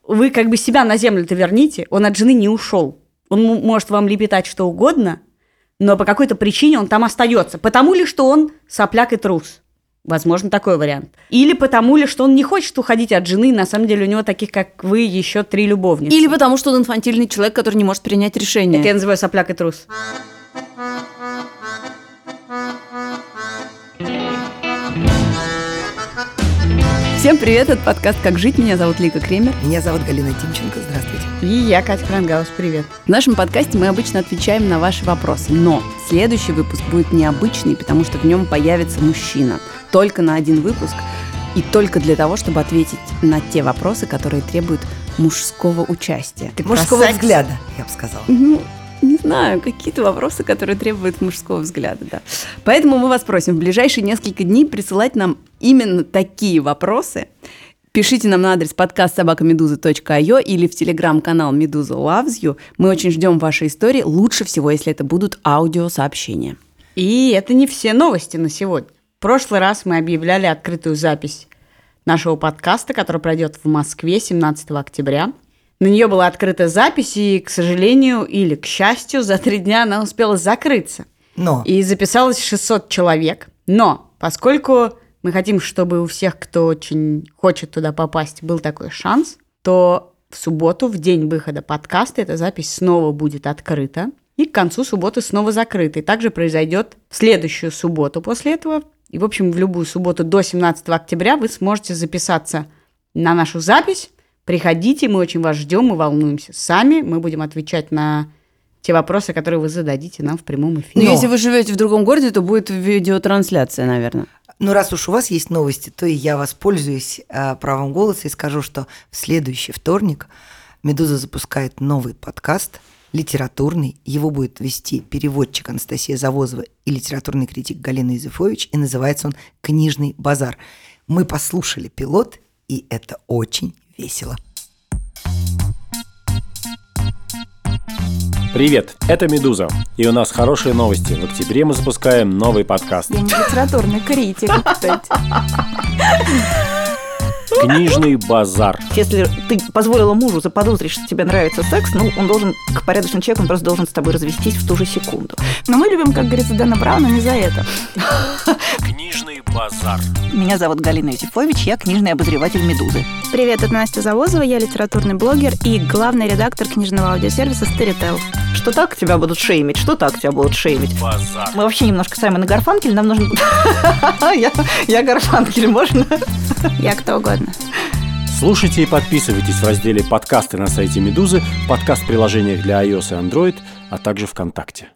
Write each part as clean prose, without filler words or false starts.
вы как бы себя на землю-то верните, он от жены не ушел. Он может вам лепетать что угодно, но по какой-то причине он там остается. Потому ли, что он сопляк и трус? Возможно, такой вариант. Или потому ли, что он не хочет уходить от жены, на самом деле у него таких, как вы, еще 3 любовницы. Или потому, что он инфантильный человек, который не может принять решение. Это я называю сопляк и трус. Всем привет, это подкаст «Как жить». Меня зовут Лика Кремер. Меня зовут Галина Тимченко. Здравствуйте. И я, Катя Крангаус. Привет. В нашем подкасте мы обычно отвечаем на ваши вопросы, но следующий выпуск будет необычный, потому что в нем появится мужчина. Только на один выпуск и только для того, чтобы ответить на те вопросы, которые требуют мужского участия. Мужского взгляда, я бы сказала. Не знаю, какие-то вопросы, которые требуют мужского взгляда, да. Поэтому мы вас просим в ближайшие несколько дней присылать нам именно такие вопросы. Пишите нам на адрес podcast@meduza.io или в телеграм-канал Meduza Loves You. Мы очень ждем ваши истории. Лучше всего, если это будут аудиосообщения. И это не все новости на сегодня. В прошлый раз мы объявляли открытую запись нашего подкаста, который пройдет в Москве 17 октября. На нее была открыта запись, и, к сожалению, или к счастью, за 3 дня она успела закрыться. И записалось 600 человек. Но поскольку мы хотим, чтобы у всех, кто очень хочет туда попасть, был такой шанс, то в субботу, в день выхода подкаста, эта запись снова будет открыта, и к концу субботы снова закрыта. И также произойдет в следующую субботу после этого. И, в общем, в любую субботу до 17 октября вы сможете записаться на нашу запись. Приходите, мы очень вас ждем, мы волнуемся сами, мы будем отвечать на те вопросы, которые вы зададите нам в прямом эфире. Но если вы живете в другом городе, то будет видеотрансляция, наверное. Ну, раз уж у вас есть новости, то и я воспользуюсь правом голоса и скажу, что в следующий вторник «Медуза» запускает новый подкаст, литературный. Его будет вести переводчик Анастасия Завозова и литературный критик Галина Юзефович, и называется он «Книжный базар». Мы послушали пилот, и это очень весело. Привет, это «Медуза», и у нас хорошие новости. В октябре мы запускаем новый подкаст. Я не литературный критик, кстати. «Книжный базар». Если ты позволила мужу заподозрить, что тебе нравится секс, он должен, как порядочный человек, он просто должен с тобой развестись в ту же секунду. Но мы любим, как говорится, Дэна Брауна не за это. «Книжный базар». Меня зовут Галина Юзефович, я книжный обозреватель «Медузы». Привет, это Настя Завозова, я литературный блогер и главный редактор книжного аудиосервиса Storytel. Что так тебя будут шеймить, что так тебя будут шеймить. Базар. Мы вообще немножко Саймон и Гарфанкель, нам нужно... Я Гарфанкель, можно? Я кто угодно. Слушайте и подписывайтесь в разделе «Подкасты» на сайте «Медузы», в подкаст-приложениях для iOS и Android, а также ВКонтакте.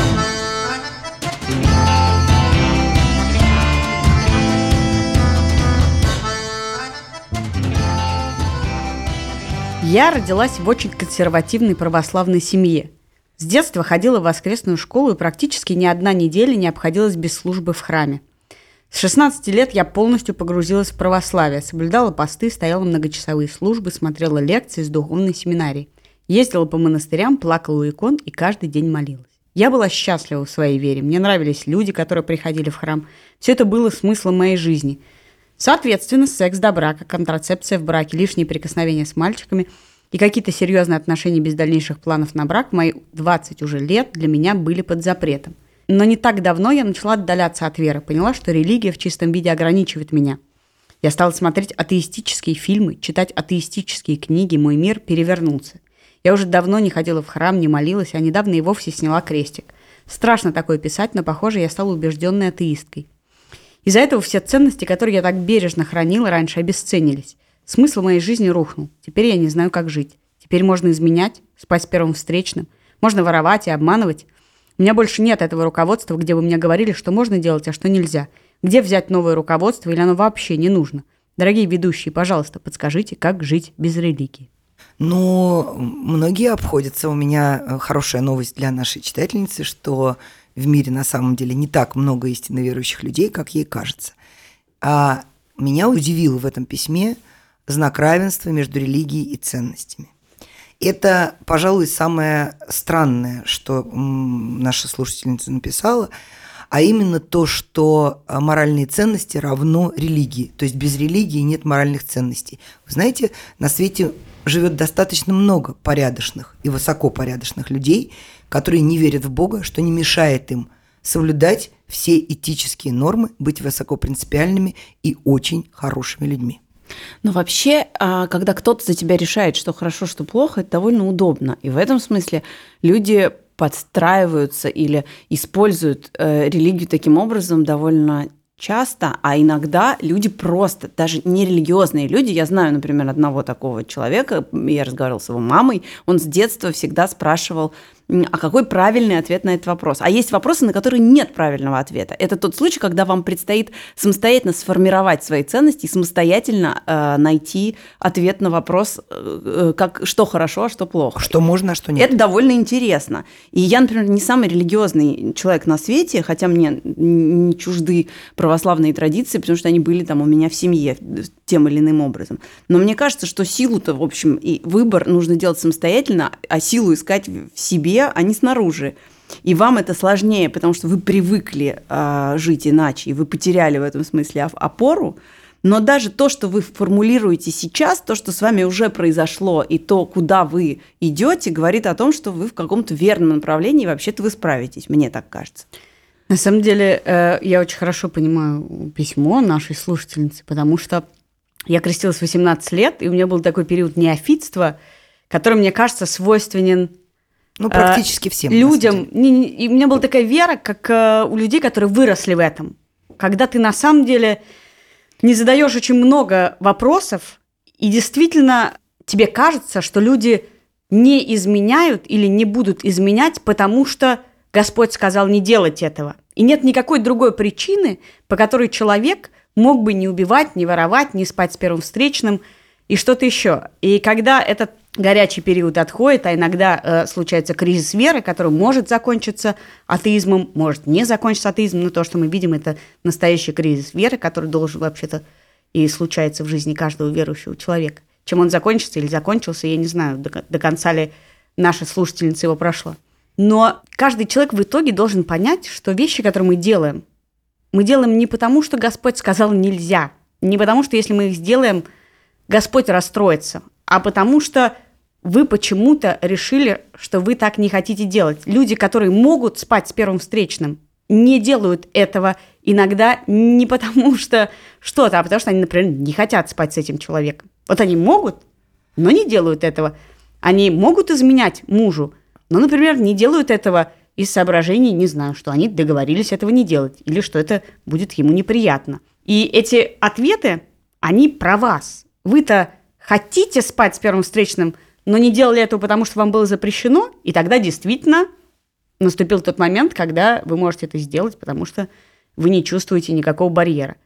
Я родилась в очень консервативной православной семье. С детства ходила в воскресную школу, и практически ни одна неделя не обходилась без службы в храме. С 16 лет я полностью погрузилась в православие, соблюдала посты, стояла многочасовые службы, смотрела лекции с духовной семинарии. Ездила по монастырям, плакала у икон и каждый день молилась. Я была счастлива в своей вере, мне нравились люди, которые приходили в храм. Все это было смыслом моей жизни. Соответственно, секс до брака, контрацепция в браке, лишние прикосновения с мальчиками и какие-то серьезные отношения без дальнейших планов на брак в мои 20 уже лет для меня были под запретом. Но не так давно я начала отдаляться от веры, поняла, что религия в чистом виде ограничивает меня. Я стала смотреть атеистические фильмы, читать атеистические книги, мой мир перевернулся. Я уже давно не ходила в храм, не молилась, а недавно и вовсе сняла крестик. Страшно такое писать, но, похоже, я стала убежденной атеисткой. Из-за этого все ценности, которые я так бережно хранила раньше, обесценились. Смысл моей жизни рухнул. Теперь я не знаю, как жить. Теперь можно изменять, спать с первым встречным. Можно воровать и обманывать. У меня больше нет этого руководства, где бы мне говорили, что можно делать, а что нельзя. Где взять новое руководство, или оно вообще не нужно? Дорогие ведущие, пожалуйста, подскажите, как жить без религии. Многие обходятся. У меня хорошая новость для нашей читательницы, что в мире на самом деле не так много истинно верующих людей, как ей кажется. А меня удивил в этом письме знак равенства между религией и ценностями. Это, пожалуй, самое странное, что наша слушательница написала, а именно то, что моральные ценности равно религии. То есть без религии нет моральных ценностей. Вы знаете, на свете живет достаточно много порядочных и высокопорядочных людей, которые не верят в Бога, что не мешает им соблюдать все этические нормы, быть высокопринципиальными и очень хорошими людьми. Но вообще, когда кто-то за тебя решает, что хорошо, что плохо, это довольно удобно. И в этом смысле люди подстраиваются или используют религию таким образом довольно часто, а иногда люди просто, даже нерелигиозные люди, я знаю, например, одного такого человека, я разговаривала с его мамой, он с детства всегда спрашивал, а какой правильный ответ на этот вопрос? А есть вопросы, на которые нет правильного ответа. Это тот случай, когда вам предстоит самостоятельно сформировать свои ценности и самостоятельно найти ответ на вопрос, что хорошо, а что плохо. Что можно, а что нет. Это довольно интересно. И я, например, не самый религиозный человек на свете, хотя мне не чужды православные традиции, потому что они были там у меня в семье тем или иным образом. Но мне кажется, что силу-то, в общем, и выбор нужно делать самостоятельно, а силу искать в себе, а не снаружи. И вам это сложнее, потому что вы привыкли жить иначе, и вы потеряли в этом смысле опору. Но даже то, что вы формулируете сейчас, то, что с вами уже произошло, и то, куда вы идете, говорит о том, что вы в каком-то верном направлении, и вообще-то вы справитесь, мне так кажется. На самом деле, я очень хорошо понимаю письмо нашей слушательницы, потому что я крестилась в 18 лет, и у меня был такой период неофитства, который, мне кажется, свойственен практически всем людям. И у меня была такая вера, как у людей, которые выросли в этом. Когда ты на самом деле не задаешь очень много вопросов, и действительно тебе кажется, что люди не изменяют или не будут изменять, потому что Господь сказал не делать этого. И нет никакой другой причины, по которой человек мог бы не убивать, не воровать, не спать с первым встречным и что-то еще. И когда этот горячий период отходит, а иногда случается кризис веры, который может закончиться атеизмом, может не закончиться атеизмом, но то, что мы видим, это настоящий кризис веры, который должен вообще-то и случается в жизни каждого верующего человека. Чем он закончится или закончился, я не знаю, до конца ли наша слушательница его прошла. Но каждый человек в итоге должен понять, что вещи, которые мы делаем не потому, что Господь сказал нельзя, не потому, что если мы их сделаем, Господь расстроится, а потому что вы почему-то решили, что вы так не хотите делать. Люди, которые могут спать с первым встречным, не делают этого иногда не потому что что-то, а потому что они, например, не хотят спать с этим человеком. Вот они могут, но не делают этого. Они могут изменять мужу, но, например, не делают этого из соображений, не знаю, что они договорились этого не делать или что это будет ему неприятно. И эти ответы, они про вас. Вы-то хотите спать с первым встречным, но не делали этого, потому что вам было запрещено, и тогда действительно наступил тот момент, когда вы можете это сделать, потому что вы не чувствуете никакого барьера.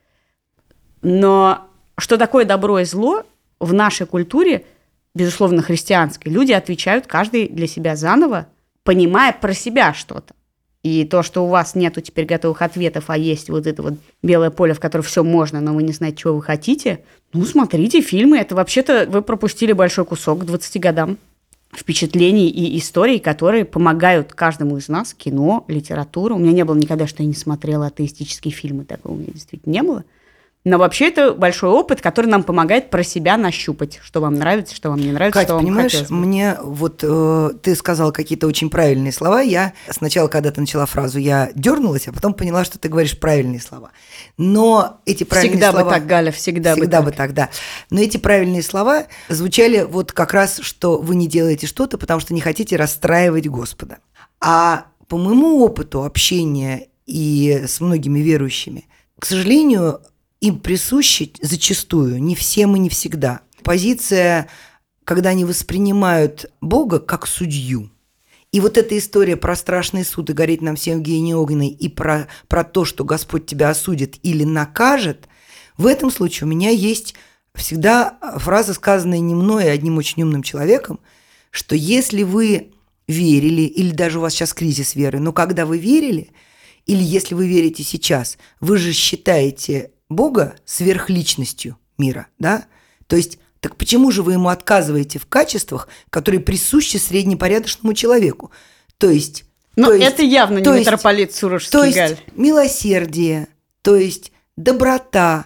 Но что такое добро и зло в нашей культуре, безусловно, христианской, люди отвечают каждый для себя заново, понимая про себя что-то. И то, что у вас нету теперь готовых ответов, а есть вот это вот белое поле, в котором все можно, но вы не знаете, чего вы хотите, смотрите фильмы. Это вообще-то вы пропустили большой кусок к 20 годам впечатлений и историй, которые помогают каждому из нас, кино, литература. У меня не было никогда, что я не смотрела атеистические фильмы, такого у меня действительно не было. Но вообще это большой опыт, который нам помогает про себя нащупать, что вам нравится, что вам не нравится, Кать, что вам понимаешь, хотелось бы. мне ты сказала какие-то очень правильные слова. Я сначала, когда ты начала фразу, я дернулась, а потом поняла, что ты говоришь правильные слова. Но эти правильные всегда слова... бы так, Галя, всегда бы так, да. Но эти правильные слова звучали вот как раз, что вы не делаете что-то, потому что не хотите расстраивать Господа. А по моему опыту общения и с многими верующими, к сожалению, им присуща зачастую, не всем и не всегда, позиция, когда они воспринимают Бога как судью. И вот эта история про страшный суд и гореть нам всем в гиене огненной, и про то, что Господь тебя осудит или накажет, в этом случае у меня есть всегда фраза, сказанная не мной, а одним очень умным человеком, что если вы верили, или даже у вас сейчас кризис веры, но когда вы верили, или если вы верите сейчас, вы же считаете Бога сверхличностью мира, да? То есть, так почему же вы ему отказываете в качествах, которые присущи среднепорядочному человеку? То есть... это явно не митрополит Сурожский, то есть, Галь. милосердие, то есть доброта,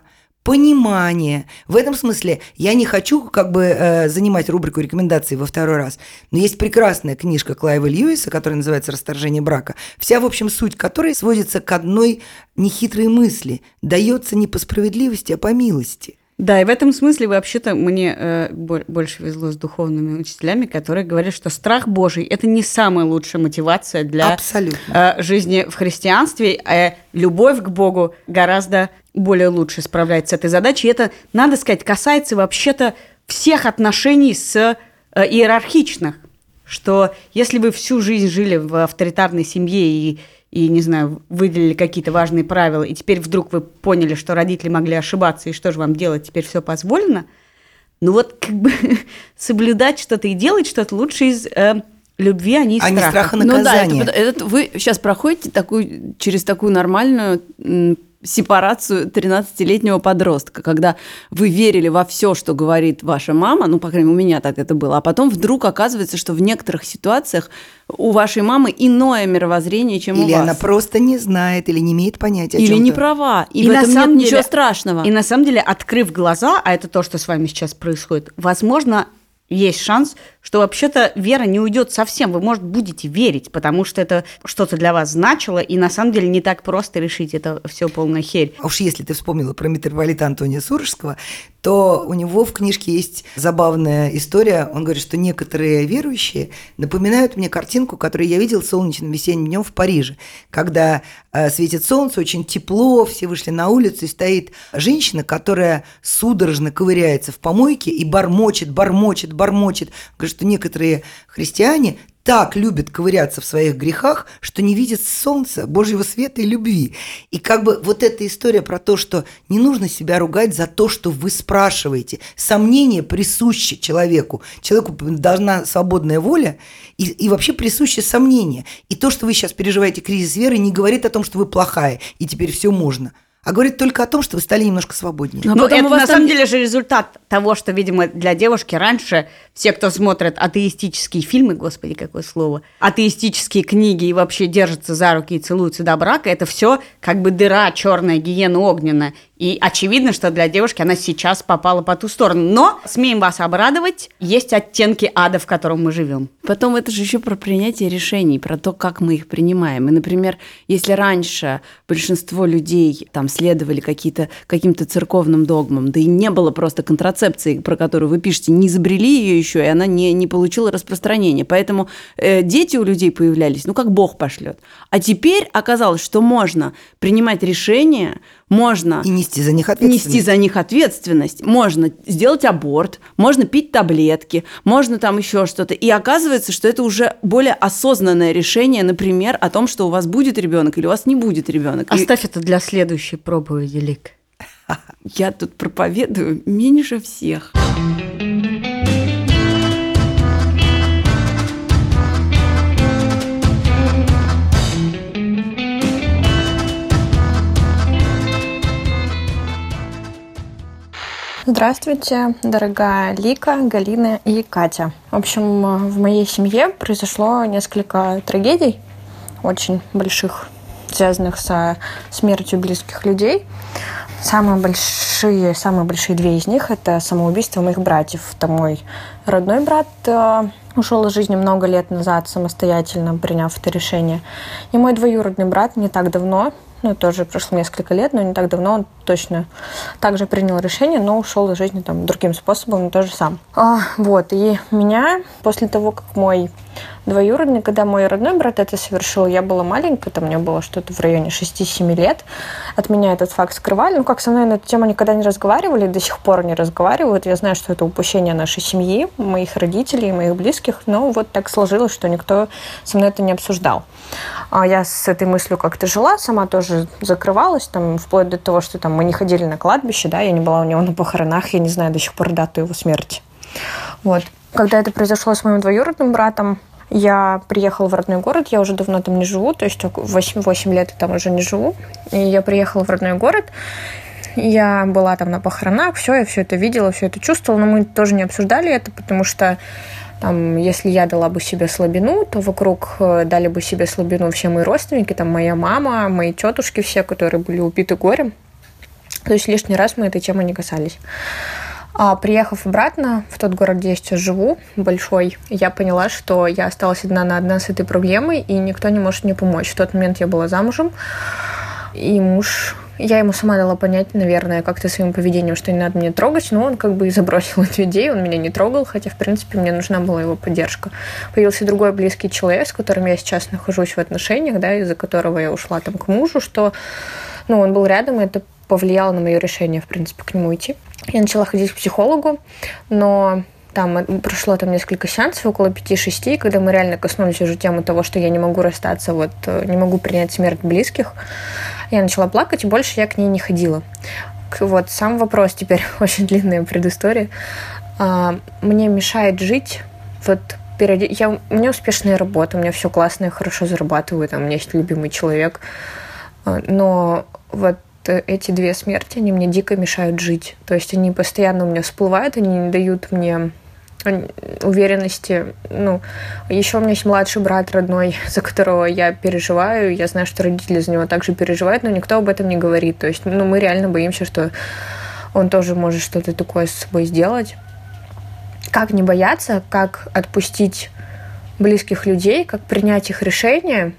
понимание. В этом смысле я не хочу занимать рубрику рекомендаций во второй раз, но есть прекрасная книжка Клайва Льюиса, которая называется «Расторжение брака», вся, в общем, суть которой сводится к одной нехитрой мысли: дается не по справедливости, а по милости. Да, и в этом смысле вообще-то мне больше везло с духовными учителями, которые говорят, что страх Божий – это не самая лучшая мотивация для жизни в христианстве, а любовь к Богу гораздо более лучше справляется с этой задачей. И это, надо сказать, касается вообще-то всех отношений с иерархичных, что если вы всю жизнь жили в авторитарной семье и, не знаю, выделили какие-то важные правила, и теперь вдруг вы поняли, что родители могли ошибаться, и что же вам делать, теперь все позволено, ну вот как бы соблюдать что-то и делать что-то лучше из любви, а не из страха. Страха наказания. Ну да, вы сейчас проходите через такую нормальную сепарацию 13-летнего подростка, когда вы верили во все, что говорит ваша мама, ну, по крайней мере, у меня так это было, а потом вдруг оказывается, что в некоторых ситуациях у вашей мамы иное мировоззрение, чем у вас. Или она просто не знает, или не имеет понятия о чем-то. Или не права, и в этом нет ничего страшного. И на самом деле, открыв глаза, а это то, что с вами сейчас происходит, возможно, есть шанс, что вообще-то вера не уйдет совсем. Вы, может, будете верить, потому что это что-то для вас значило, и на самом деле не так просто решить, это все полная херь. А уж если ты вспомнила про митрополита Антония Сурожского, то у него в книжке есть забавная история. Он говорит, что некоторые верующие напоминают мне картинку, которую я видел солнечным весенним днем в Париже, когда светит солнце, очень тепло, все вышли на улицу, и стоит женщина, которая судорожно ковыряется в помойке и бормочет. Говорит, что некоторые христиане так любят ковыряться в своих грехах, что не видят солнца, Божьего света и любви. И вот эта история про то, что не нужно себя ругать за то, что вы спрашиваете. Сомнение присуще человеку. Человеку должна свободная воля, и вообще присуще сомнение. И то, что вы сейчас переживаете кризис веры, не говорит о том, что вы плохая, и теперь все можно, а говорит только о том, что вы стали немножко свободнее. Но это на самом деле же результат того, что, видимо, для девушки раньше все, кто смотрит атеистические фильмы, господи, какое слово, атеистические книги и вообще держатся за руки и целуются до брака, это все как бы дыра черная, гиена огненная. И очевидно, что для девушки она сейчас попала по ту сторону. Но, смеем вас обрадовать, есть оттенки ада, в котором мы живем. Потом это же еще про принятие решений, про то, как мы их принимаем. И, например, если раньше большинство людей там следовали каким-то церковным догмам, да и не было просто контрацепции, про которую вы пишете, не изобрели ее еще, и она не получила распространения. Поэтому дети у людей появлялись, как Бог пошлет. А теперь оказалось, что можно принимать решения, можно и нести за них ответственность. Можно сделать аборт, можно пить таблетки, можно там еще что-то. И оказывается, что это уже более осознанное решение, например, о том, что у вас будет ребенок или у вас не будет ребенок. Оставь это для следующей проповеди, Лик. Я тут проповедую меньше всех. Здравствуйте, дорогая Лика, Галина и Катя. В общем, в моей семье произошло несколько трагедий, очень больших, связанных со смертью близких людей. Самые большие две из них – это самоубийство моих братьев. Это мой родной брат ушел из жизни много лет назад, самостоятельно приняв это решение. И мой двоюродный брат не так давно, тоже прошло несколько лет, но не так давно он точно также принял решение, но ушел из жизни другим способом, но тоже сам. И меня после того, как мой двоюродный, когда мой родной брат это совершил, я была маленькая, мне было что-то в районе 6-7 лет, от меня этот факт скрывали, как со мной на эту тему никогда не разговаривали, до сих пор не разговаривают, я знаю, что это упущение нашей семьи, моих родителей, моих близких, но так сложилось, что никто со мной это не обсуждал. Я с этой мыслью как-то жила, сама тоже закрывалась, вплоть до того, что мы не ходили на кладбище, я не была у него на похоронах, я не знаю до сих пор дату его смерти. Когда это произошло с моим двоюродным братом, я приехала в родной город, я уже давно там не живу, то есть 8 лет я там уже не живу, и я приехала в родной город, я была там на похоронах, я все это видела, все это чувствовала, но мы тоже не обсуждали это, потому что если я дала бы себе слабину, то вокруг дали бы себе слабину все мои родственники, моя мама, мои тетушки все, которые были убиты горем. То есть лишний раз мы этой темы не касались. А приехав обратно в тот город, где я сейчас живу, большой, я поняла, что я осталась одна с этой проблемой, и никто не может мне помочь. В тот момент я была замужем, и муж... Я ему сама дала понять, наверное, как-то своим поведением, что не надо меня трогать, но он как бы и забросил эту идею, он меня не трогал, хотя, в принципе, мне нужна была его поддержка. Появился другой близкий человек, с которым я сейчас нахожусь в отношениях, да, из-за которого я ушла там к мужу, что, он был рядом, и это повлияло на мое решение, в принципе, к нему идти. Я начала ходить к психологу, но там прошло несколько сеансов, около 5-6, когда мы реально коснулись уже темы того, что я не могу расстаться, не могу принять смерть близких. Я начала плакать, и больше я к ней не ходила. Сам вопрос теперь, очень длинная предыстория. Мне мешает жить. У меня успешная работа, у меня все классно, я хорошо зарабатываю, у меня есть любимый человек. Но эти 2 смерти, они мне дико мешают жить. То есть они постоянно у меня всплывают, они не дают мне уверенности. Еще у меня есть младший брат родной, за которого я переживаю. Я знаю, что родители за него также переживают, но никто об этом не говорит. То есть, мы реально боимся, что он тоже может что-то такое с собой сделать. Как не бояться, как отпустить близких людей, как принять их решения,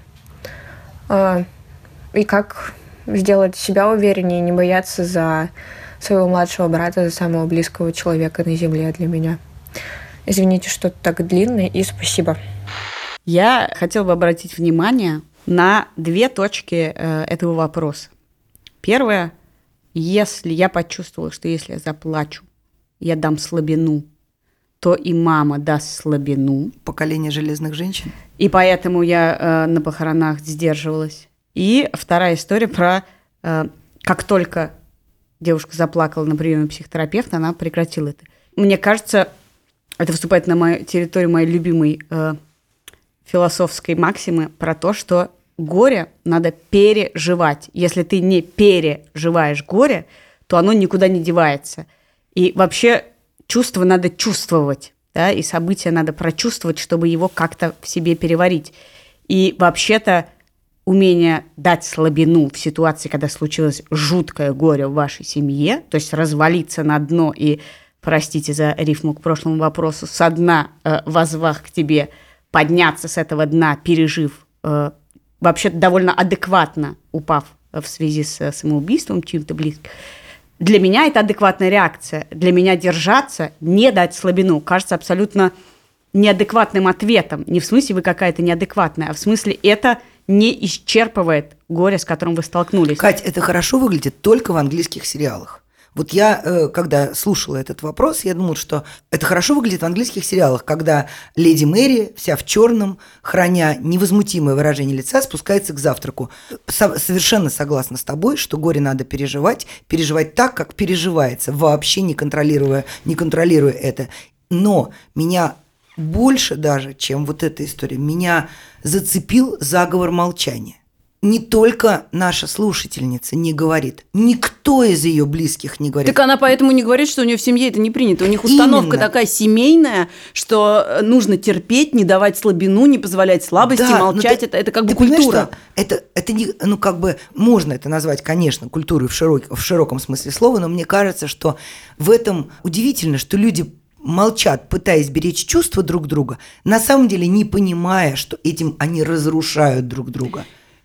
и как сделать себя увереннее, не бояться за своего младшего брата, за самого близкого человека на земле для меня. Извините, что так длинное, и спасибо. Я хотела бы обратить внимание на 2 точки этого вопроса. Первое, если я почувствовала, что если я заплачу, я дам слабину, то и мама даст слабину. Поколение железных женщин. И поэтому я на похоронах сдерживалась. И вторая история про как только девушка заплакала на приеме психотерапевта, она прекратила это. Мне кажется, это вступает на мою территорию моей любимой философской максимы про то, что горе надо переживать. Если ты не переживаешь горе, то оно никуда не девается. И вообще чувство надо чувствовать, да, и события надо прочувствовать, чтобы его как-то в себе переварить. И вообще-то умение дать слабину в ситуации, когда случилось жуткое горе в вашей семье, то есть развалиться на дно и, простите за рифму к прошлому вопросу, со дна воззвав к тебе, подняться с этого дна, пережив, вообще-то довольно адекватно упав в связи с самоубийством чьим-то близким. Для меня это адекватная реакция. Для меня держаться, не дать слабину, кажется абсолютно неадекватным ответом. Не в смысле вы какая-то неадекватная, а в смысле это не исчерпывает горе, с которым вы столкнулись. Кать, это хорошо выглядит только в английских сериалах. Я, когда слушала этот вопрос, я думала, что это хорошо выглядит в английских сериалах, когда леди Мэри, вся в черном, храня невозмутимое выражение лица, спускается к завтраку. Совершенно согласна с тобой, что горе надо переживать так, как переживается, вообще не контролируя это. Но меня больше даже, чем эта история, меня зацепил заговор молчания. Не только наша слушательница не говорит, никто из ее близких не говорит. Так она поэтому не говорит, что у нее в семье это не принято. У них установка такая семейная, что нужно терпеть, не давать слабину, не позволять слабости, молчать. Это как бы культура. Это не, можно это назвать, конечно, культурой в широком смысле слова, но мне кажется, что в этом удивительно, что люди молчат, пытаясь беречь чувства друг друга, на самом деле не понимая, что этим они разрушают друг друга.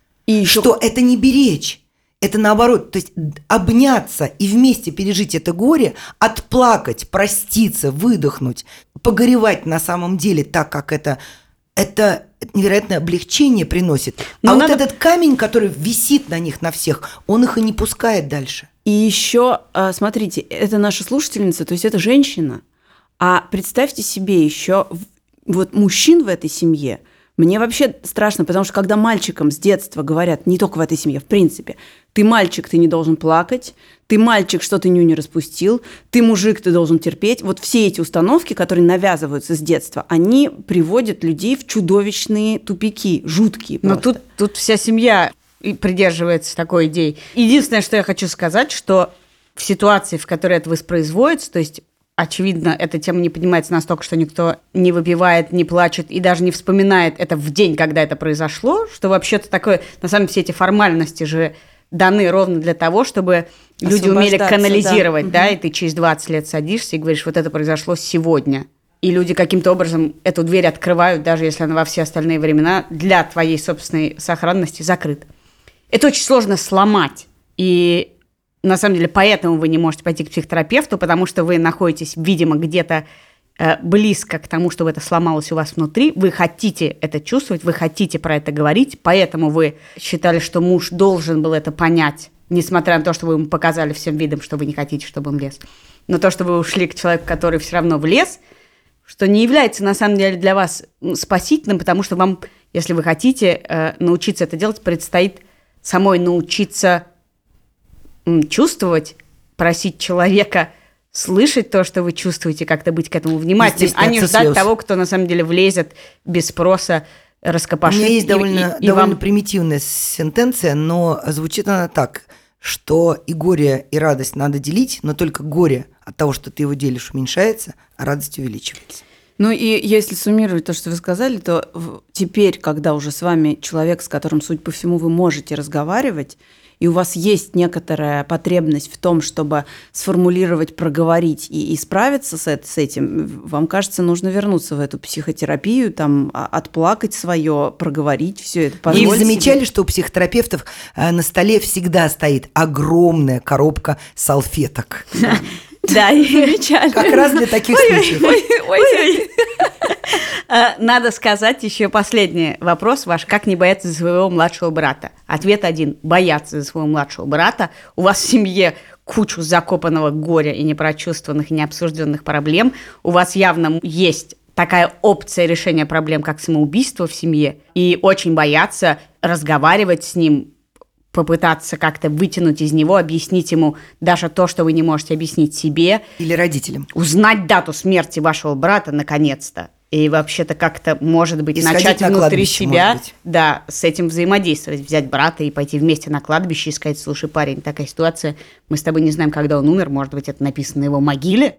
И что это не беречь, это наоборот, то есть обняться и вместе пережить это горе, отплакать, проститься, выдохнуть, погоревать на самом деле так, как это невероятное облегчение приносит. Но этот камень, который висит на них, на всех, он их и не пускает дальше. И еще, смотрите, это наша слушательница, то есть это женщина. А представьте себе еще мужчин в этой семье. Мне вообще страшно, потому что когда мальчикам с детства говорят, не только в этой семье, в принципе, ты мальчик, ты не должен плакать, ты мальчик, что ты нюни распустил, ты мужик, ты должен терпеть. Все эти установки, которые навязываются с детства, они приводят людей в чудовищные тупики, жуткие просто. Но тут вся семья придерживается такой идеи. Единственное, что я хочу сказать, что в ситуации, в которой это воспроизводится, то есть очевидно, эта тема не поднимается настолько, что никто не выпивает, не плачет и даже не вспоминает это в день, когда это произошло, что вообще-то такое, на самом деле, все эти формальности же даны ровно для того, чтобы люди умели канализировать, да, и ты через 20 лет садишься и говоришь, вот это произошло сегодня. И люди каким-то образом эту дверь открывают, даже если она во все остальные времена для твоей собственной сохранности закрыта. Это очень сложно сломать. И на самом деле поэтому вы не можете пойти к психотерапевту, потому что вы находитесь, видимо, где-то близко к тому, чтобы это сломалось у вас внутри. Вы хотите это чувствовать, вы хотите про это говорить, поэтому вы считали, что муж должен был это понять, несмотря на то, что вы ему показали всем видом, что вы не хотите, чтобы он лез. Но то, что вы ушли к человеку, который все равно влез, что не является, на самом деле, для вас спасительным, потому что вам, если вы хотите научиться это делать, предстоит самой научиться чувствовать, просить человека слышать то, что вы чувствуете, как-то быть к этому внимательным, а не ждать того, кто, на самом деле, влезет без спроса, раскопошит. У меня есть довольно примитивная сентенция, но звучит она так, что и горе, и радость надо делить, но только горе от того, что ты его делишь, уменьшается, а радость увеличивается. Ну и если суммировать то, что вы сказали, то теперь, когда уже с вами человек, с которым, судя по всему, вы можете разговаривать, и у вас есть некоторая потребность в том, чтобы сформулировать, проговорить и справиться с этим, вам кажется, нужно вернуться в эту психотерапию, там, отплакать свое, проговорить все это. И вы замечали, что у психотерапевтов на столе всегда стоит огромная коробка салфеток? Да, замечали. Как раз для таких случаев. Ой. Надо сказать еще последний вопрос ваш. Как не бояться за своего младшего брата? Ответ один. Бояться за своего младшего брата. У вас в семье кучу закопанного горя и непрочувствованных, и необсужденных проблем. У вас явно есть такая опция решения проблем, как самоубийство в семье. И очень бояться разговаривать с ним, попытаться как-то вытянуть из него, объяснить ему даже то, что вы не можете объяснить себе. Или родителям. Узнать дату смерти вашего брата наконец-то. И вообще-то как-то, может быть, и начать внутри себя, да, с этим взаимодействовать, взять брата и пойти вместе на кладбище и сказать: слушай, парень, такая ситуация, мы с тобой не знаем, когда он умер, может быть, это написано на его могиле.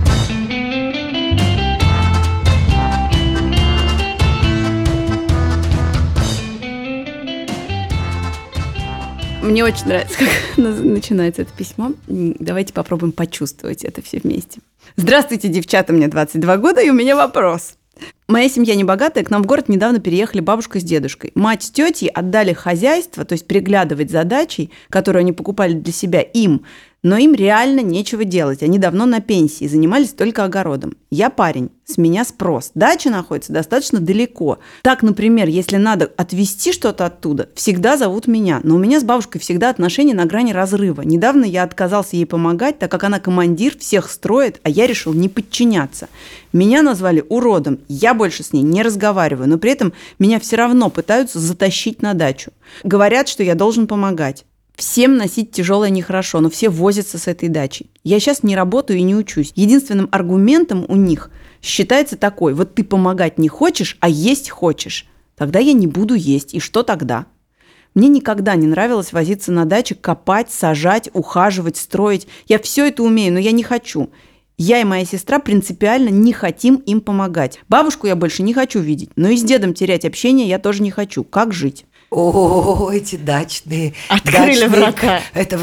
Мне очень нравится, как начинается это письмо. Давайте попробуем почувствовать это все вместе. Здравствуйте, девчата, мне 22 года, и у меня вопрос. Моя семья небогатая, к нам в город недавно переехали бабушка с дедушкой. Мать с тетей отдали хозяйство, то есть приглядывать за дачей, которую они покупали для себя, им. Но им реально нечего делать. Они давно на пенсии, занимались только огородом. Я парень, с меня спрос. Дача находится достаточно далеко. Так, например, если надо отвезти что-то оттуда, всегда зовут меня. Но у меня с бабушкой всегда отношения на грани разрыва. Недавно я отказался ей помогать, так как она командир, всех строит, а я решил не подчиняться. Меня назвали уродом. Я больше с ней не разговариваю, но при этом меня все равно пытаются затащить на дачу. Говорят, что я должен помогать. Всем носить тяжелое нехорошо, но все возятся с этой дачей. Я сейчас не работаю и не учусь. Единственным аргументом у них считается такой: вот ты помогать не хочешь, а есть хочешь. Тогда я не буду есть. И что тогда? Мне никогда не нравилось возиться на даче, копать, сажать, ухаживать, строить. Я все это умею, но я не хочу. Я и моя сестра принципиально не хотим им помогать. Бабушку я больше не хочу видеть, но и с дедом терять общение я тоже не хочу. Как жить? О, эти дачные... Открыли врата.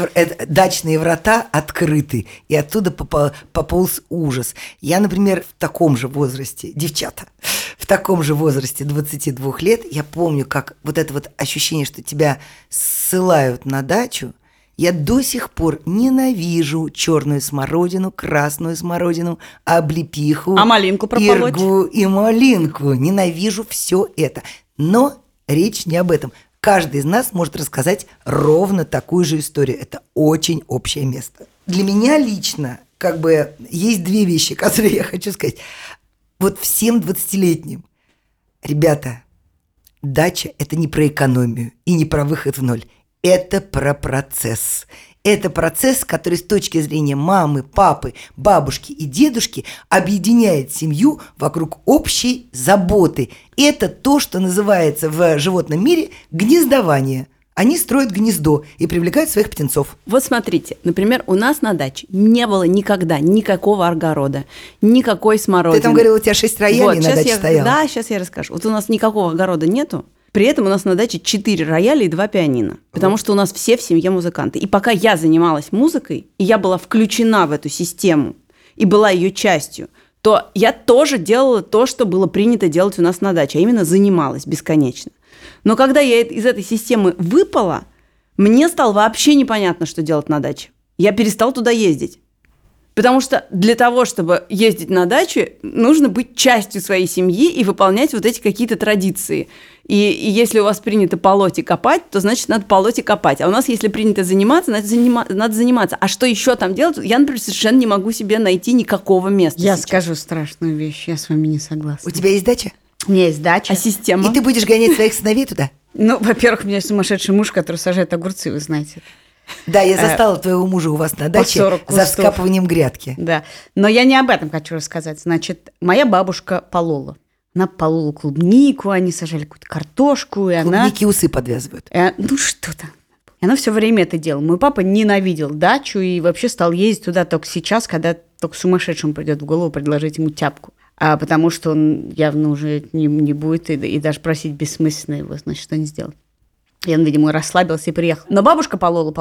Дачные врата открыты, и оттуда пополз ужас. Я, например, в таком же возрасте, девчата, в таком же возрасте 22 лет, я помню, как вот это вот ощущение, что тебя ссылают на дачу. Я до сих пор ненавижу черную смородину, красную смородину, облепиху, а малинку прополоть? Иргу и малинку. Ненавижу все это. Но речь не об этом. Каждый из нас может рассказать ровно такую же историю. Это очень общее место. Для меня лично есть две вещи, которые я хочу сказать. Вот всем 20-летним. Ребята, дача – это не про экономию и не про выход в ноль. Это про процесс. Это процесс, который с точки зрения мамы, папы, бабушки и дедушки объединяет семью вокруг общей заботы. Это то, что называется в животном мире гнездование. Они строят гнездо и привлекают своих птенцов. Вот смотрите, например, у нас на даче не было никогда никакого огорода, никакой смородины. Ты там говорила, у тебя 6 роялей на даче стояло. Да, сейчас я расскажу. Вот у нас никакого огорода нету. При этом у нас на даче 4 рояля и 2 пианино, потому что у нас все в семье музыканты. И пока я занималась музыкой, и я была включена в эту систему, и была ее частью, то я тоже делала то, что было принято делать у нас на даче, а именно занималась бесконечно. Но когда я из этой системы выпала, мне стало вообще непонятно, что делать на даче. Я перестала туда ездить. Потому что для того, чтобы ездить на дачу, нужно быть частью своей семьи и выполнять вот эти какие-то традиции. И если у вас принято полоть и копать, то значит надо полоть и копать. А у нас, если принято заниматься, надо заниматься. А что еще там делать? Я, например, совершенно не могу себе найти никакого места. Я сейчас скажу страшную вещь, я с вами не согласна. У тебя есть дача? У меня есть дача. А система? И ты будешь гонять своих сыновей туда? Ну, во-первых, у меня есть сумасшедший муж, который сажает огурцы, вы знаете. Да, я застала твоего мужа у вас на даче 40 за кустов. вскапыванием грядки. Да, но я не об этом хочу рассказать. Значит, моя бабушка полола. Она полола клубнику, они сажали какую-то картошку, и она... Клубники усы подвязывают. Ну, что-то. И она все время это делала. Мой папа ненавидел дачу и вообще стал ездить туда только сейчас, когда только сумасшедшему придет в голову предложить ему тяпку. Потому что он явно уже не будет и даже просить бессмысленно его, значит, что не сделать. И он, видимо, расслабился и приехал. Но бабушка полола.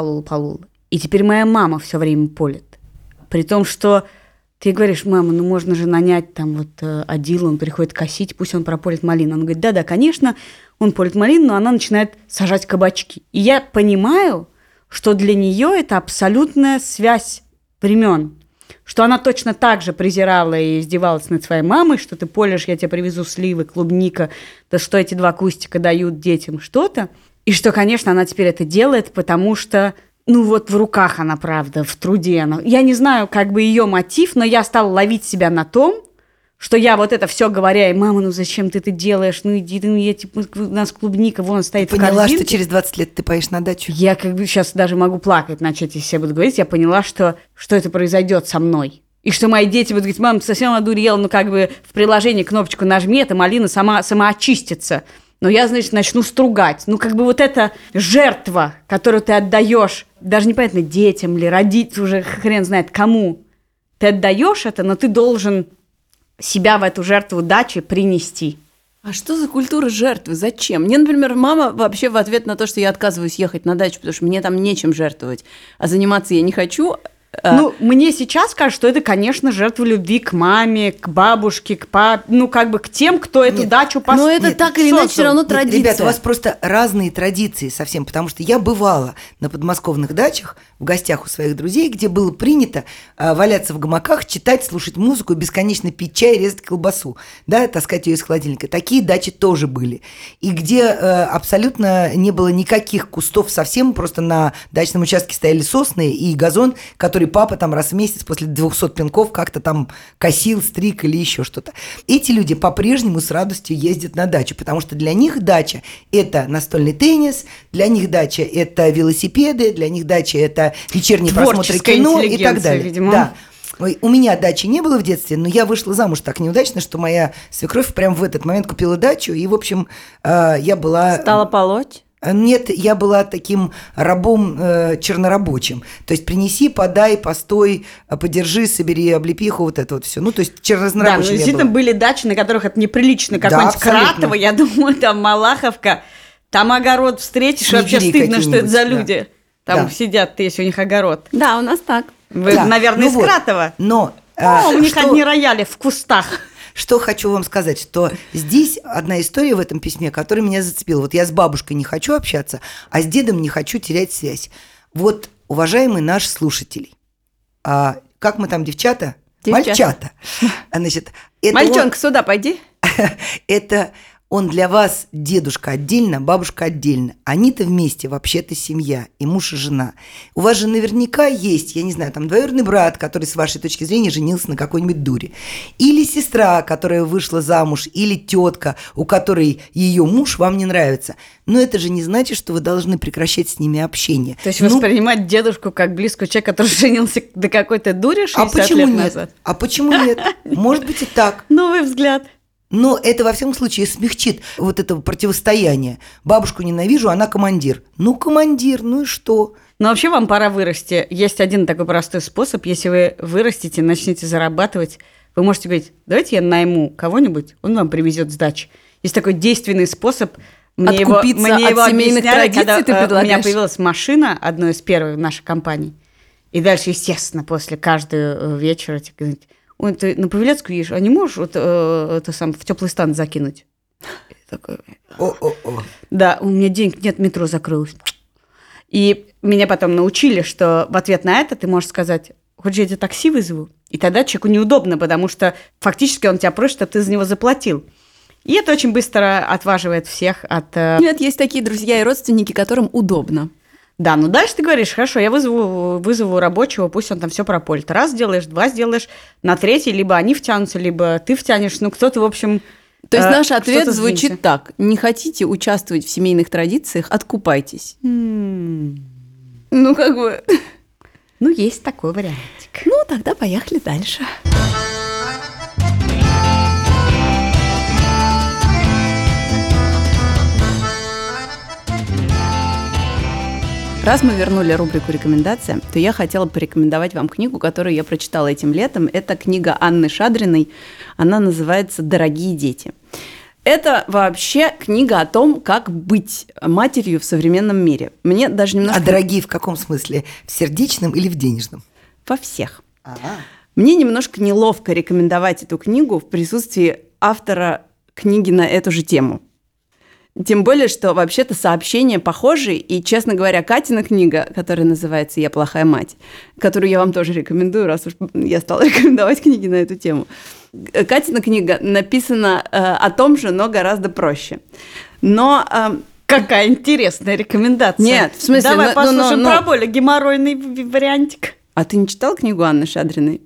И теперь моя мама все время полит. При том, что ты говоришь: мама, ну можно же нанять там вот Адила, он приходит косить, пусть он прополит малину. Он говорит: да, конечно, он полит малину, но она начинает сажать кабачки. И я понимаю, что для нее это абсолютная связь времен. Что она точно так же презирала и издевалась над своей мамой, что ты полишь, я тебе привезу сливы, клубника, да что эти 2 кустика дают детям, что-то. И что, конечно, она теперь это делает, потому что, ну вот в руках она, правда, в труде она. Я не знаю, как бы ее мотив, но я стала ловить себя на том, что я вот это все говоря, и мама, ну зачем ты это делаешь, ну иди, ну я, типа, у нас клубника вон стоит Ты в поняла, корзинке. что через 20 лет ты поедешь на дачу? Я как бы сейчас даже могу плакать начать, если я буду говорить. Я поняла, что это произойдет со мной. И что мои дети будут говорить: мама, ты совсем одурела, ну как бы в приложении кнопочку нажми, эта малина сама очистится. Но я, значит, начну стругать. Ну, как бы вот эта жертва, которую ты отдаешь, даже непонятно, детям ли, родителям, уже хрен знает кому, ты отдаешь это, но ты должен себя в эту жертву дачи принести. А что за культура жертвы? Зачем? Мне, например, мама вообще в ответ на то, что я отказываюсь ехать на дачу, потому что мне там нечем жертвовать, а заниматься я не хочу. Ну, мне сейчас кажется, что это, конечно, жертва любви к маме, к бабушке, к папе, ну, как бы к тем, кто эту дачу Но это так или иначе все равно традиция. Ребята, у вас просто разные традиции совсем, потому что я бывала на подмосковных дачах в гостях у своих друзей, где было принято валяться в гамаках, читать, слушать музыку, бесконечно пить чай, резать колбасу, да, таскать ее из холодильника. Такие дачи тоже были. И где абсолютно не было никаких кустов совсем, просто на дачном участке стояли сосны и газон, который папа там раз в месяц после 200 пинков как-то там косил, стриг или еще что-то. Эти люди по-прежнему с радостью ездят на дачу, потому что для них дача – это настольный теннис, для них дача – это велосипеды, для них дача – это вечерние просмотры кино и так далее. Видимо. Да. Ой, у меня дачи не было в детстве, но я вышла замуж так неудачно, что моя свекровь прямо в этот момент купила дачу, и, в общем, я была… Стала полоть? Нет, я была таким рабом чернорабочим. То есть принеси, подай, постой, подержи, собери облепиху, вот это вот все. Ну, то есть чернорабочим. Да, ну, действительно, были дачи, на которых это неприлично. Какой-нибудь Кратово, я думаю, там Малаховка. Там огород встретишь, Снегири вообще стыдно, что это за люди. Да. Там Да. сидят, если у них огород. Да, у нас так. Вы, Да. наверное, Ну из вот. Кратова. Но У них что- одни рояли в кустах. Что хочу вам сказать, что здесь одна история в этом письме, которая меня зацепила. Вот я с бабушкой не хочу общаться, а с дедом не хочу терять связь. Вот, уважаемые наши слушатели, как мы там, девчата? Мальчата. Значит, это Мальчонка, сюда пойди. это он для вас, дедушка отдельно, бабушка отдельно. Они-то вместе вообще-то семья, и муж, и жена. У вас же наверняка есть, я не знаю, там двоюродный брат, который с вашей точки зрения женился на какой-нибудь дуре. Или сестра, которая вышла замуж, или тетка, у которой ее муж вам не нравится. Но это же не значит, что вы должны прекращать с ними общение. То есть воспринимать дедушку как близкого человека, который женился до какой-то дури 60 лет назад? А почему нет? Может быть и так. Новый взгляд. Но это, во всяком случае, смягчит вот это противостояние. Бабушку ненавижу, она командир. Ну, командир, ну и что? Но вообще вам пора вырасти. Есть один такой простой способ. Если вы вырастете, начнете зарабатывать, вы можете говорить: давайте я найму кого-нибудь, он вам привезет с дачи. Есть такой действенный способ откупиться от семейных традиций, когда ты предлагаешь? у меня появилась машина, одной из первых в нашей компании. И дальше, естественно, после каждого вечера говорит: ой, ты на Павелецкую едешь, а не можешь в теплый стан закинуть? И такой: да, у меня денег нет, метро закрылось. И меня потом научили, что в ответ на это ты можешь сказать: хочешь, я тебе такси вызову? И тогда человеку неудобно, потому что фактически он тебя просит, чтобы ты за него заплатил. И это очень быстро отваживает всех от... Нет, есть такие друзья и родственники, которым удобно. Да, ну дальше ты говоришь: хорошо, я вызову рабочего, пусть он там все прополит. Раз сделаешь, два сделаешь, на третий либо они втянутся, либо ты втянешь. Ну, кто-то, в общем... То есть наш ответ звучит так: не хотите участвовать в семейных традициях, откупайтесь. Ну, как бы... Ну, есть такой вариантик. Ну, тогда поехали дальше. Раз мы вернули рубрику «Рекомендация», то я хотела порекомендовать вам книгу, которую я прочитала этим летом. Это книга Анны Шадриной. Она называется «Дорогие дети». Это вообще книга о том, как быть матерью в современном мире. Мне даже немножко... А дорогие в каком смысле? В сердечном или в денежном? Во всех. Мне немножко неловко рекомендовать эту книгу в присутствии автора книги на эту же тему. Тем более, что вообще-то сообщения похожие, и, честно говоря, Катина книга, которая называется «Я плохая мать», которую я вам тоже рекомендую, раз уж я стала рекомендовать книги на эту тему. Катина книга написана о том же, но гораздо проще. Но... Какая интересная рекомендация. Нет, в смысле... Давай послушаем про более геморройный вариантик. А ты не читал книгу Анны Шадриной?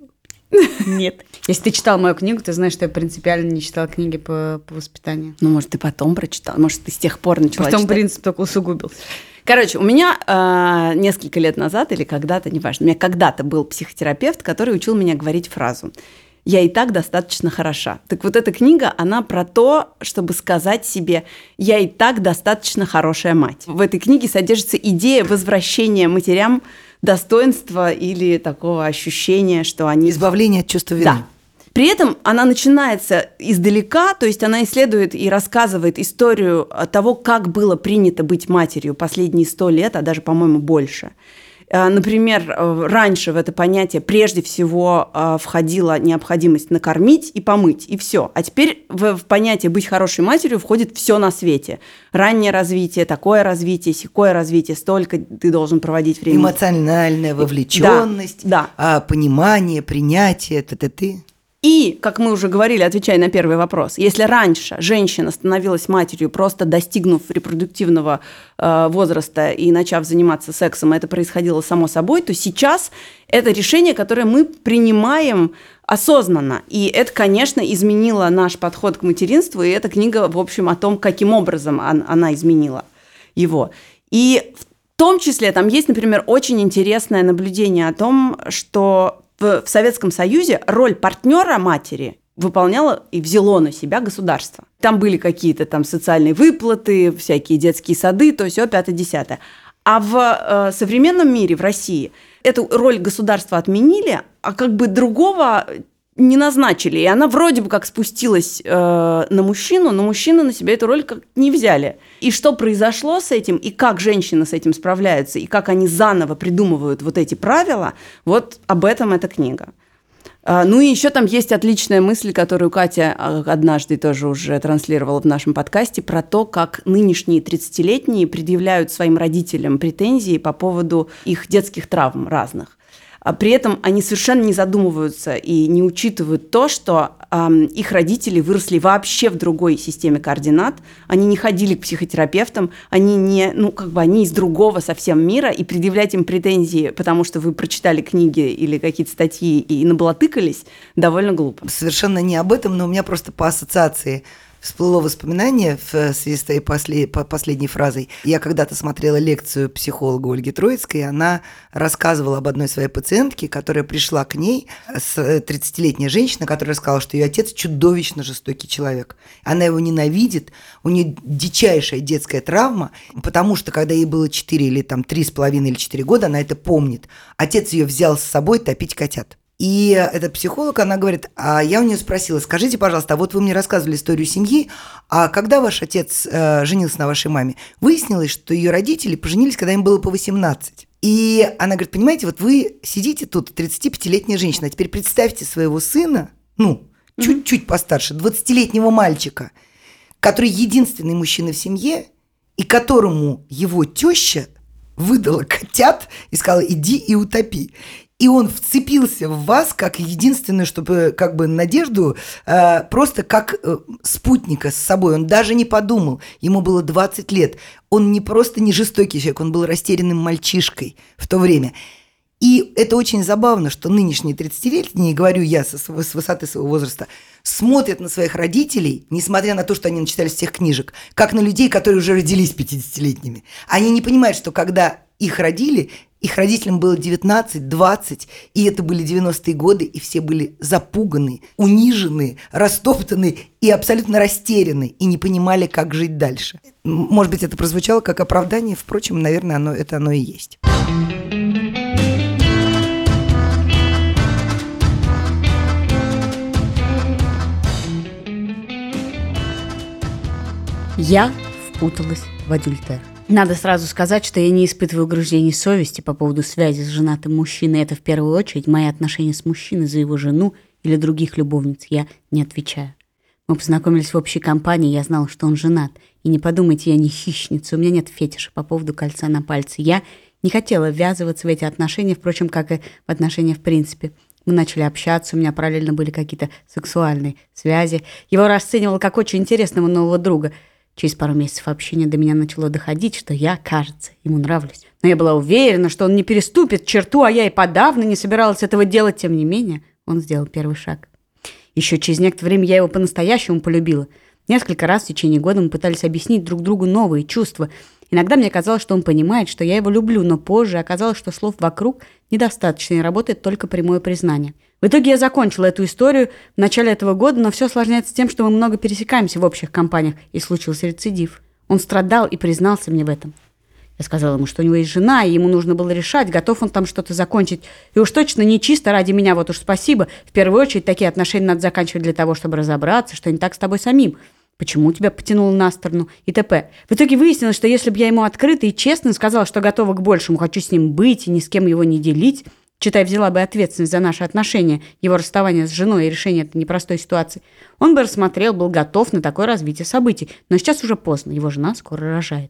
Нет. Если ты читал мою книгу, ты знаешь, что я принципиально не читала книги по воспитанию. Ну, может, ты потом прочитал, может, ты с тех пор начала читать. Потом принцип только усугубился. Короче, у меня несколько лет назад или когда-то, неважно, у меня когда-то был психотерапевт, который учил меня говорить фразу: «Я и так достаточно хороша». Так вот эта книга, она про то, чтобы сказать себе: «Я и так достаточно хорошая мать». В этой книге содержится идея возвращения матерям достоинства или такого ощущения, что они... Избавление от чувства вины. Да. При этом она начинается издалека, то есть она исследует и рассказывает историю того, как было принято быть матерью последние 100 лет, а даже, по-моему, больше. Например, раньше в это понятие прежде всего входила необходимость накормить и помыть, и все. А теперь в понятие «быть хорошей матерью» входит все на свете. Раннее развитие, такое развитие, сякое развитие, столько ты должен проводить времени. Эмоциональная вовлеченность, да. Понимание, принятие, ты. И, как мы уже говорили, отвечая на первый вопрос, если раньше женщина становилась матерью, просто достигнув репродуктивного возраста и начав заниматься сексом, это происходило само собой, то сейчас это решение, которое мы принимаем осознанно. И это, конечно, изменило наш подход к материнству, и эта книга, в общем, о том, каким образом она изменила его. И в том числе там есть, например, очень интересное наблюдение о том, что в Советском Союзе роль партнера матери выполняло и взяло на себя государство. Там были какие-то там социальные выплаты, всякие детские сады, то есть 5-10. А в современном мире, в России, эту роль государства отменили, а как бы другого не назначили. И она вроде бы как спустилась на мужчину, но мужчины на себя эту роль как не взяли. И что произошло с этим, и как женщины с этим справляются, и как они заново придумывают вот эти правила, вот об этом эта книга. Ну и еще там есть отличная мысль, которую Катя однажды тоже уже транслировала в нашем подкасте, про то, как нынешние 30-летние предъявляют своим родителям претензии по поводу их детских травм разных. А при этом они совершенно не задумываются и не учитывают то, что их родители выросли вообще в другой системе координат, они не ходили к психотерапевтам, они они из другого совсем мира, и предъявлять им претензии, потому что вы прочитали книги или какие-то статьи и набалатыкались, довольно глупо. Совершенно не об этом, но у меня просто по ассоциации всплыло воспоминание в связи с твоей последней фразой. Я когда-то смотрела лекцию психолога Ольги Троицкой, и она рассказывала об одной своей пациентке, которая пришла к ней, 30-летняя женщина, которая рассказала, что ее отец чудовищно жестокий человек. Она его ненавидит, у нее дичайшая детская травма, потому что, когда ей было 4 или 3,5 или 4 года, она это помнит. Отец ее взял с собой топить котят. И эта психолог, она говорит, а я у нее спросила, скажите, пожалуйста, а вот вы мне рассказывали историю семьи, а когда ваш отец женился на вашей маме, выяснилось, что ее родители поженились, когда им было по 18. И она говорит, понимаете, вот вы сидите тут, 35-летняя женщина, а теперь представьте своего сына, чуть-чуть постарше, 20-летнего мальчика, который единственный мужчина в семье, и которому его теща выдала котят и сказала, иди и утопи. И он вцепился в вас как единственную, чтобы как бы надежду, просто как спутника с собой. Он даже не подумал. Ему было 20 лет. Он не просто не жестокий человек, он был растерянным мальчишкой в то время. И это очень забавно, что нынешние 30-летние, говорю я с высоты своего возраста, смотрят на своих родителей, несмотря на то, что они начитались всех книжек, как на людей, которые уже родились 50-летними. Они не понимают, что когда их родили, их родителям было 19, 20, и это были 90-е годы, и все были запуганы, унижены, растоптаны и абсолютно растеряны, и не понимали, как жить дальше. Может быть, это прозвучало как оправдание, впрочем, наверное, оно и есть. Я впуталась в адюльтер. Надо сразу сказать, что я не испытываю угрызений совести по поводу связи с женатым мужчиной. Это в первую очередь мои отношения с мужчиной за его жену или других любовниц. Я не отвечаю. Мы познакомились в общей компании, я знала, что он женат. И не подумайте, я не хищница, у меня нет фетиша по поводу кольца на пальце. Я не хотела ввязываться в эти отношения, впрочем, как и в отношения в принципе. Мы начали общаться, у меня параллельно были какие-то сексуальные связи. Его расценивала как очень интересного нового друга. Через пару месяцев общения до меня начало доходить, что я, кажется, ему нравлюсь. Но я была уверена, что он не переступит черту, а я и подавно не собиралась этого делать. Тем не менее, он сделал первый шаг. Еще через некоторое время я его по-настоящему полюбила. Несколько раз в течение года мы пытались объяснить друг другу новые чувства. Иногда мне казалось, что он понимает, что я его люблю, но позже оказалось, что слов вокруг недостаточно и работает только прямое признание. В итоге я закончила эту историю в начале этого года, но все осложняется тем, что мы много пересекаемся в общих компаниях, и случился рецидив. Он страдал и признался мне в этом. Я сказала ему, что у него есть жена, и ему нужно было решать, готов он там что-то закончить. И уж точно не чисто ради меня, вот уж спасибо. В первую очередь, такие отношения надо заканчивать для того, чтобы разобраться, что не так с тобой самим. Почему тебя потянуло на сторону и т.п. В итоге выяснилось, что если бы я ему открыто и честно сказала, что готова к большему, хочу с ним быть и ни с кем его не делить, считай, взяла бы ответственность за наши отношения, его расставание с женой и решение этой непростой ситуации, он бы рассмотрел, был готов на такое развитие событий. Но сейчас уже поздно, его жена скоро рожает.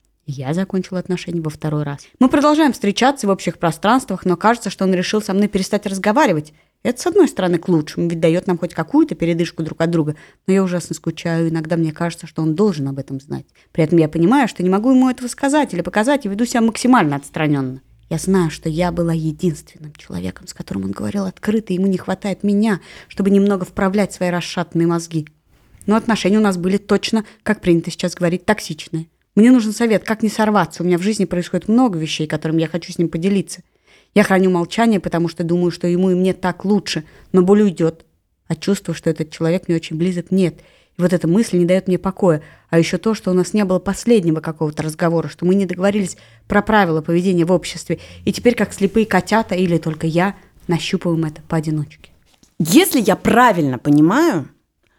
Я закончила отношения во второй раз. Мы продолжаем встречаться в общих пространствах, но кажется, что он решил со мной перестать разговаривать. Это, с одной стороны, к лучшему, ведь дает нам хоть какую-то передышку друг от друга. Но я ужасно скучаю, иногда мне кажется, что он должен об этом знать. При этом я понимаю, что не могу ему этого сказать или показать, и веду себя максимально отстраненно. Я знаю, что я была единственным человеком, с которым он говорил открыто, и ему не хватает меня, чтобы немного вправлять свои расшатанные мозги. Но отношения у нас были точно, как принято сейчас говорить, токсичные. Мне нужен совет, как не сорваться. У меня в жизни происходит много вещей, которыми я хочу с ним поделиться. Я храню молчание, потому что думаю, что ему и мне так лучше, но боль уйдет. А чувство, что этот человек мне очень близок, нет. И вот эта мысль не дает мне покоя. А еще то, что у нас не было последнего какого-то разговора, что мы не договорились про правила поведения в обществе. И теперь, как слепые котята, или только я, нащупываем это поодиночке. Если я правильно понимаю,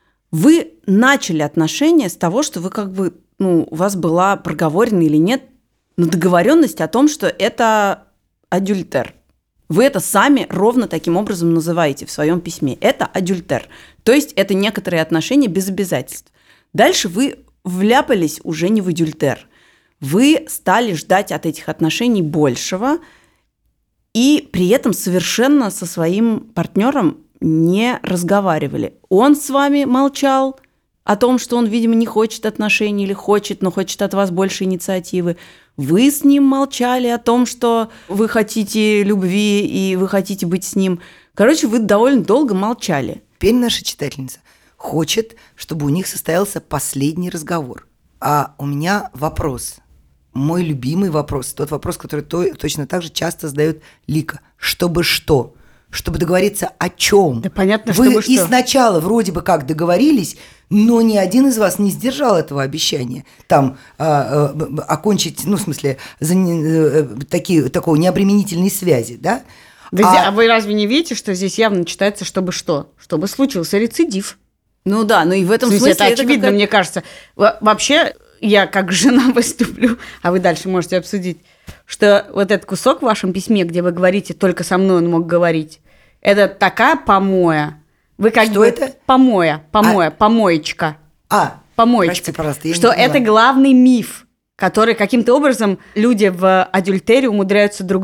вы начали отношения с того, что вы как бы, у вас была проговорена или нет, но договоренность о том, что это адюльтер. Вы это сами ровно таким образом называете в своем письме. Это адюльтер. То есть это некоторые отношения без обязательств. Дальше вы вляпались уже не в адюльтер. Вы стали ждать от этих отношений большего и при этом совершенно со своим партнером не разговаривали. Он с вами молчал о том, что он, видимо, не хочет отношений или хочет, но хочет от вас больше инициативы. Вы с ним молчали о том, что вы хотите любви и вы хотите быть с ним. Короче, вы довольно долго молчали. Теперь наша читательница хочет, чтобы у них состоялся последний разговор. А у меня вопрос, мой любимый вопрос, тот вопрос, который точно так же часто задает Лика. Чтобы что? Чтобы договориться о чем? Да понятно, вы чтобы что. И сначала вроде бы как договорились, но ни один из вас не сдержал этого обещания. Там окончить, в смысле, такого необременительной связи, да? А вы разве не видите, что здесь явно читается, чтобы что? Чтобы случился рецидив. Ну да, но и в этом смысле это очевидно, мне кажется. Вообще, я как жена выступлю, а вы дальше можете обсудить, что вот этот кусок в вашем письме, где вы говорите «только со мной он мог говорить», это такая помоя. Вы как что бы... это? Помоечка. Помоечка. Прости, пожалуйста, я что не поняла. это главный миф, который каким-то образом люди в адюльтере умудряются друг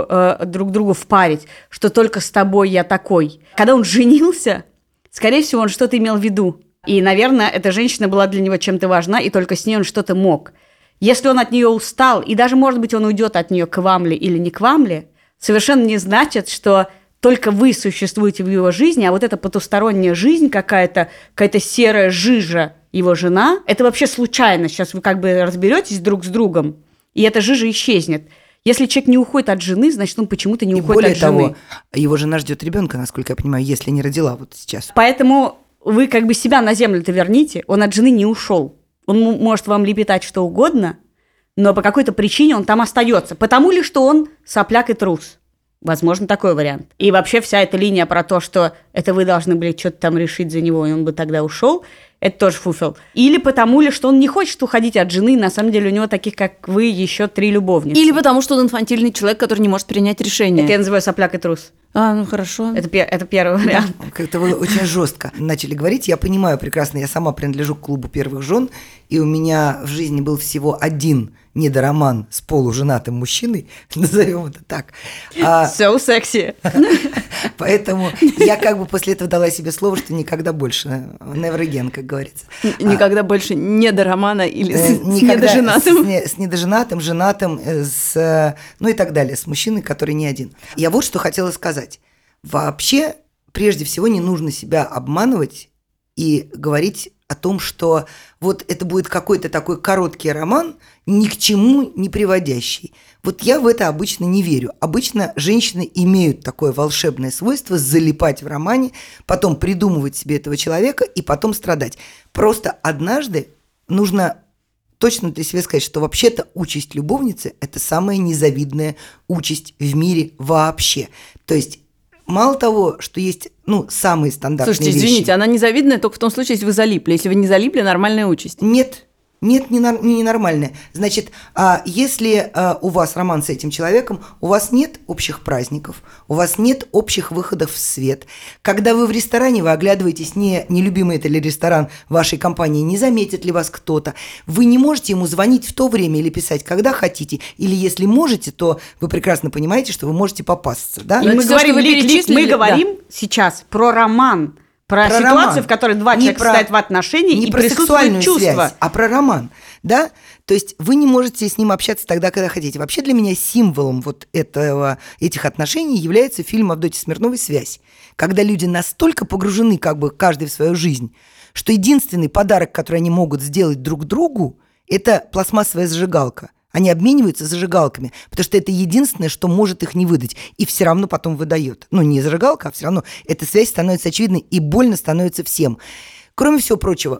другу впарить, что только с тобой я такой. Когда он женился, скорее всего, он что-то имел в виду. И, наверное, эта женщина была для него чем-то важна, и только с ней он что-то мог. Если он от нее устал, и даже, может быть, он уйдет от нее к вам ли или не к вам ли, совершенно не значит, что только вы существуете в его жизни, а вот эта потусторонняя жизнь какая-то серая жижа, его жена, это вообще случайно. Сейчас вы как бы разберетесь друг с другом, и эта жижа исчезнет. Если человек не уходит от жены, значит, он почему-то не уходит от жены. Более того, его жена ждет ребенка, насколько я понимаю, если не родила вот сейчас. Поэтому вы как бы себя на землю-то верните, он от жены не ушел. Он может вам лепетать что угодно, но по какой-то причине он там остается. Потому ли, что он сопляк и трус. Возможно, такой вариант. И вообще вся эта линия про то, что это вы должны были что-то там решить за него, и он бы тогда ушел, это тоже фуфел. Или потому ли, что он не хочет уходить от жены, и на самом деле у него таких, как вы, еще 3 любовницы. Или потому что он инфантильный человек, который не может принять решение. Это я называю сопляк и трус. Ну хорошо. Это первый вариант. Как-то вы очень жестко начали говорить. Я понимаю прекрасно, я сама принадлежу к клубу первых жен, и у меня в жизни был всего один недороман с полуженатым мужчиной, назовем это так. So sexy. Поэтому я как бы после этого дала себе слово, что никогда больше, never again, как говорится. Никогда больше недоромана или с недоженатым. С недоженатым, женатым, ну и так далее, с мужчиной, который не один. Я вот что хотела сказать. Вообще, прежде всего, не нужно себя обманывать и говорить о том, что вот это будет какой-то такой короткий роман, ни к чему не приводящий. Вот я в это обычно не верю. Обычно женщины имеют такое волшебное свойство залипать в романе, потом придумывать себе этого человека и потом страдать. Просто однажды нужно точно для себя сказать, что вообще-то участь любовницы – это самая незавидная участь в мире вообще. То есть мало того, что есть, самые стандартные вещи. Слушайте, извините, она незавидная только в том случае, если вы залипли. Если вы не залипли, нормальная участь. Нет, не нормальная. Значит, если у вас роман с этим человеком, у вас нет общих праздников, у вас нет общих выходов в свет. Когда вы в ресторане, вы оглядываетесь, не любимый это ли ресторан вашей компании, не заметит ли вас кто-то. Вы не можете ему звонить в то время или писать, когда хотите. Или если можете, то вы прекрасно понимаете, что вы можете попасться. Да? И мы говорим сейчас про роман. Про ситуацию, роман. В которой два человека состоят в отношениях и присутствует чувство. Связь, а про роман, да? То есть вы не можете с ним общаться тогда, когда хотите. Вообще для меня символом вот этих отношений является фильм Авдотьи Смирновой «Связь». Когда люди настолько погружены как бы каждый в свою жизнь, что единственный подарок, который они могут сделать друг другу, это пластмассовая зажигалка. Они обмениваются зажигалками, потому что это единственное, что может их не выдать. И все равно потом выдает. Не зажигалка, а все равно эта связь становится очевидной, и больно становится всем. Кроме всего прочего,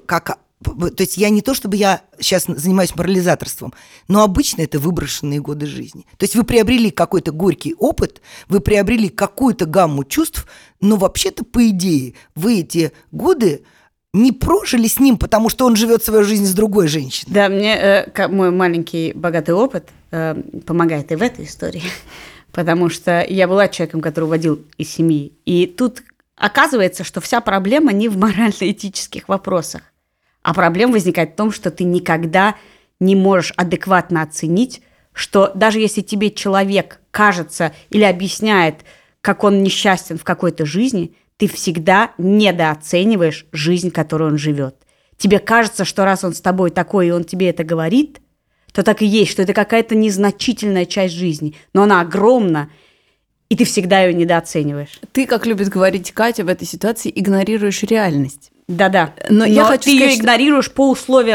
то есть я не то, чтобы я сейчас занимаюсь морализаторством, но обычно это выброшенные годы жизни. То есть вы приобрели какой-то горький опыт, вы приобрели какую-то гамму чувств, но вообще-то, по идее, вы эти годы не прожили с ним, потому что он живет свою жизнь с другой женщиной. Да, мне мой маленький богатый опыт помогает и в этой истории, потому что я была человеком, который уводил из семьи. И тут оказывается, что вся проблема не в морально-этических вопросах, а проблема возникает в том, что ты никогда не можешь адекватно оценить, что даже если тебе человек кажется или объясняет, как он несчастен в какой-то жизни, ты всегда недооцениваешь жизнь, которую он живет. Тебе кажется, что раз он с тобой такой, и он тебе это говорит, то так и есть, что это какая-то незначительная часть жизни, но она огромна, и ты всегда ее недооцениваешь. Ты, как любит говорить Катя в этой ситуации, игнорируешь реальность. Да-да. Но я хочу ты сказать, ее игнорируешь по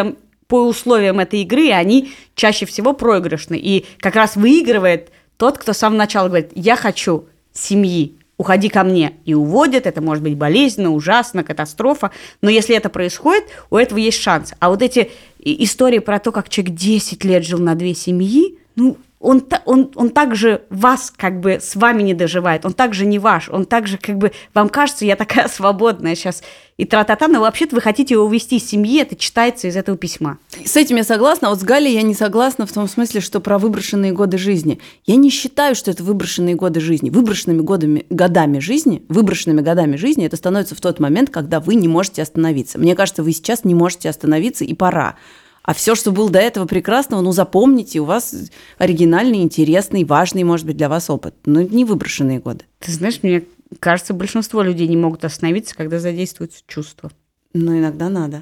условиям этой игры, и они чаще всего проигрышны. И как раз выигрывает тот, кто с самого начала говорит: я хочу семьи, уходи ко мне, и уводят. Это может быть болезненно, ужасно, катастрофа. Но если это происходит, у этого есть шанс. А вот эти истории про то, как человек 10 лет жил на 2 семьи, он также вас как бы с вами не доживает, он также не ваш, он также как бы, вам кажется, я такая свободная сейчас и тра-та-та, но вообще-то вы хотите его увести из семьи, это читается из этого письма. С этим я согласна, а вот с Галей я не согласна в том смысле, что про выброшенные годы жизни. Я не считаю, что это выброшенные годы жизни. Выброшенными годами жизни это становится в тот момент, когда вы не можете остановиться. Мне кажется, вы сейчас не можете остановиться, и пора. А все, что было до этого прекрасного, запомните, у вас оригинальный, интересный, важный, может быть, для вас опыт. Но не выброшенные годы. Ты знаешь, мне кажется, большинство людей не могут остановиться, когда задействуются чувства. Но иногда надо.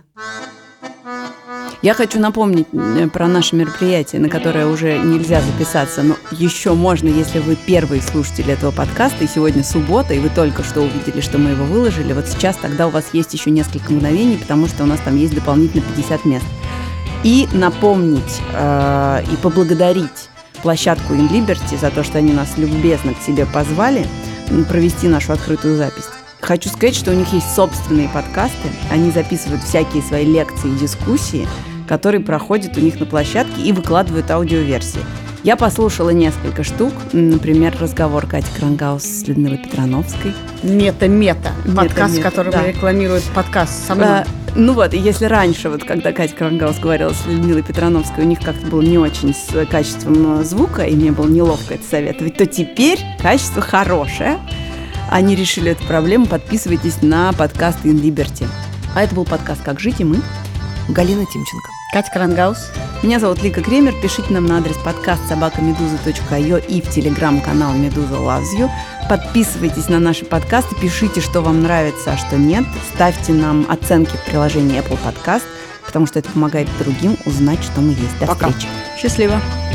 Я хочу напомнить про наше мероприятие, на которое уже нельзя записаться, но еще можно, если вы первые слушатели этого подкаста, и сегодня суббота, и вы только что увидели, что мы его выложили, вот сейчас тогда у вас есть еще несколько мгновений, потому что у нас там есть дополнительно 50 мест. И напомнить и поблагодарить площадку In Liberty за то, что они нас любезно к себе позвали провести нашу открытую запись. Хочу сказать, что у них есть собственные подкасты. Они записывают всякие свои лекции и дискуссии, которые проходят у них на площадке и выкладывают аудиоверсии. Я послушала несколько штук. Например, разговор Кати Крангаус с Людмилой Петрановской. Мета. Подкаст, который рекламирует подкаст со мной. Ну вот, и если раньше, вот когда Катя Крангаус говорила с Людмилой Петрановской, у них как-то было не очень с качеством звука, и мне было неловко это советовать, то теперь качество хорошее. Они решили эту проблему. Подписывайтесь на подкаст In Liberty. А это был подкаст «Как жить», и мы Галина Тимченко, Катя Крангаус. Меня зовут Лика Кремер. Пишите нам на адрес podcast@meduza.io и в телеграм-канал Meduza Loves You. Подписывайтесь на наши подкасты, пишите, что вам нравится, а что нет. Ставьте нам оценки в приложении Apple Podcast, потому что это помогает другим узнать, что мы есть. До встречи. Счастливо.